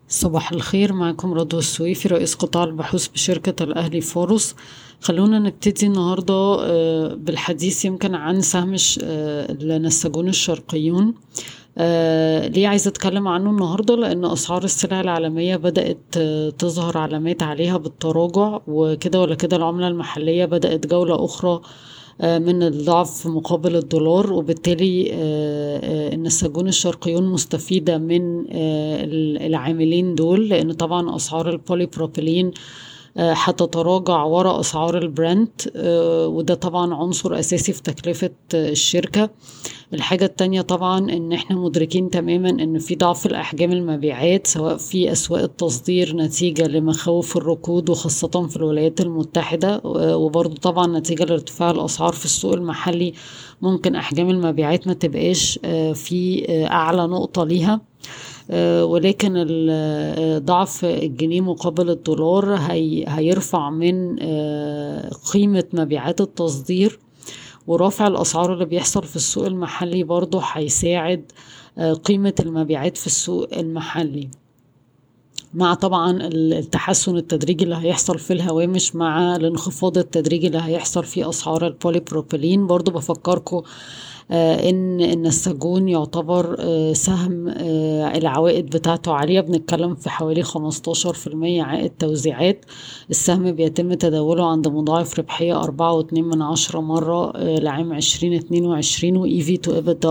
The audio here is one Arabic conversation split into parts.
صباح الخير، معكم رضوى السويفي رئيس قطاع البحوث بشركة الأهلي فورس. خلونا نبتدي النهاردة بالحديث يمكن عن سهم النساجون الشرقيون. ليه عايزة أتكلم عنه النهاردة؟ لأن أسعار السلع العالمية بدأت تظهر علامات عليها بالتراجع، وكده ولا كده العملة المحلية بدأت جولة أخرى من الضعف مقابل الدولار، وبالتالي النساجون الشرقيون مستفيدة من العاملين دول، لأن طبعا أسعار البوليبروبيلين هتتراجع وراء أسعار البرنت، وده طبعا عنصر أساسي في تكلفة الشركة. الحاجة التانية طبعا ان احنا مدركين تماما ان في ضعف الأحجام المبيعات سواء في أسواق التصدير نتيجة لمخاوف الركود وخاصة في الولايات المتحدة، وبرضو طبعا نتيجة لارتفاع الأسعار في السوق المحلي ممكن أحجام المبيعات ما تبقاش في أعلى نقطة ليها. ولكن ضعف الجنيه مقابل الدولار هيرفع من قيمة مبيعات التصدير، ورافع الأسعار اللي بيحصل في السوق المحلي برضو هيساعد قيمة المبيعات في السوق المحلي، مع طبعا التحسن التدريجي اللي هيحصل في الهوامش مع الانخفاض التدريجي اللي هيحصل في أسعار البوليبروبيلين. برضو بفكركم ان النساجون يعتبر سهم العوائد بتاعته عالية، بنتكلم في حوالي 15% عائد توزيعات. السهم بيتم تداوله عند مضاعف ربحية 4.2 مرة لعام 2022، و EV to EBITDA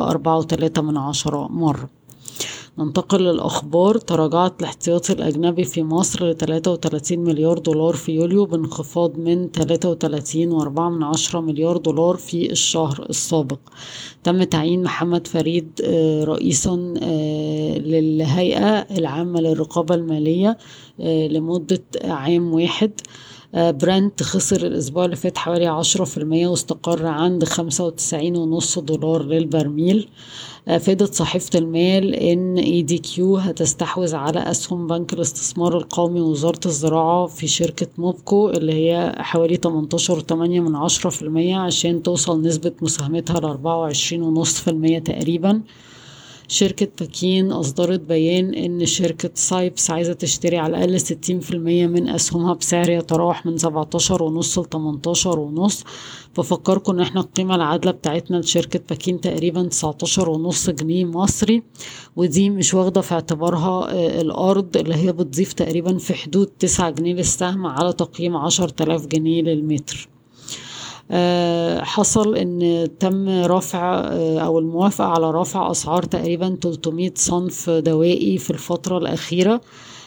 4.3 مرة. ننتقل للأخبار. تراجعت الاحتياطي الأجنبي في مصر ل 33 مليار دولار في يوليو، بانخفاض من 33.4 مليار دولار في الشهر السابق. تم تعيين محمد فريد رئيسا للهيئة العامة للرقابة المالية لمدة عام واحد. برنت خسر الأسبوع اللي فات حوالي 10% واستقر عند 95.5 دولار للبرميل. فادت صحيفة المال ان ADQ هتستحوذ على أسهم بنك الاستثمار القومي ووزارة الزراعة في شركة موبكو اللي هي حوالي 18.8% عشان توصل نسبة مساهمتها ل 24.5% تقريبا. شركة بكين أصدرت بيان إن شركة سايبس عايزة تشتري على الأقل 60% من أسهمها بسعر يتراوح من 17.5 ل 18.5. بفكركم إن إحنا القيمة العادلة بتاعتنا لشركة بكين تقريبا 19.5 جنيه مصري، ودي مش واخدة في اعتبارها الأرض اللي هي بتضيف تقريبا في حدود 9 جنيه للسهم على تقييم 10,000 جنيه للمتر. حصل ان تم رفع او الموافقة على رفع اسعار تقريبا 300 صنف دوائي في الفترة الاخيرة،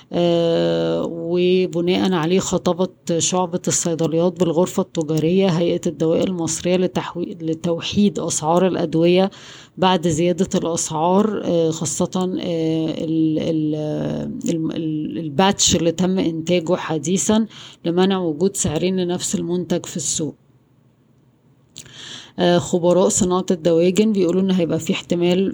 وبناء عليه خطبت شعبة الصيدليات بالغرفة التجارية هيئة الدواء المصرية لتوحيد أسعار الأدوية بعد زيادة الأسعار، خاصة الباتش اللي تم إنتاجه حديثا لمنع وجود سعرين لنفس المنتج في السوق. خبراء صناعة الدواجن بيقولوا ان هيبقى في احتمال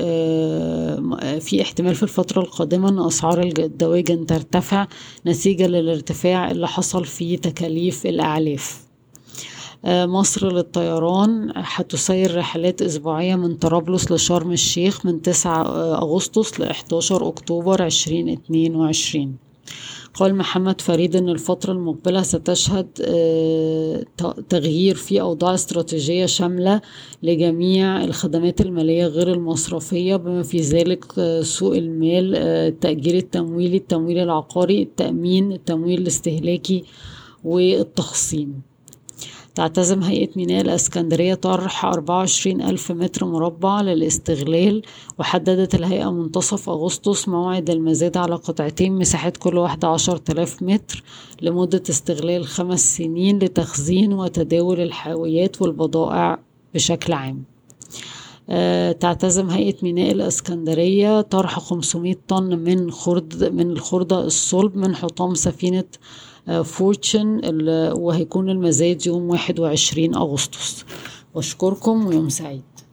في الفترة القادمة ان اسعار الدواجن ترتفع نتيجة للارتفاع اللي حصل في تكاليف الاعلاف. مصر للطيران هتسير رحلات اسبوعية من طرابلس لشرم الشيخ من 9 اغسطس ل 11 اكتوبر 2022. قال محمد فريد أن الفترة المقبلة ستشهد تغيير في أوضاع استراتيجية شاملة لجميع الخدمات المالية غير المصرفية، بما في ذلك سوق المال، التأجير التمويلي، التمويل العقاري، التأمين، التمويل الاستهلاكي والتخصيم. تعتزم هيئة ميناء الإسكندرية طرح 24,000 متر مربع للاستغلال، وحددت الهيئة منتصف أغسطس موعد المزاد على قطعتين مساحة كل واحدة 10,000 متر لمدة استغلال 5 سنين لتخزين وتداول الحاويات والبضائع بشكل عام. تعتزم هيئة ميناء الإسكندرية طرح 500 طن من الخردة الصلب من حطام سفينة فورتشن، وهيكون المزاد يوم 21 أغسطس. واشكركم ويوم سعيد.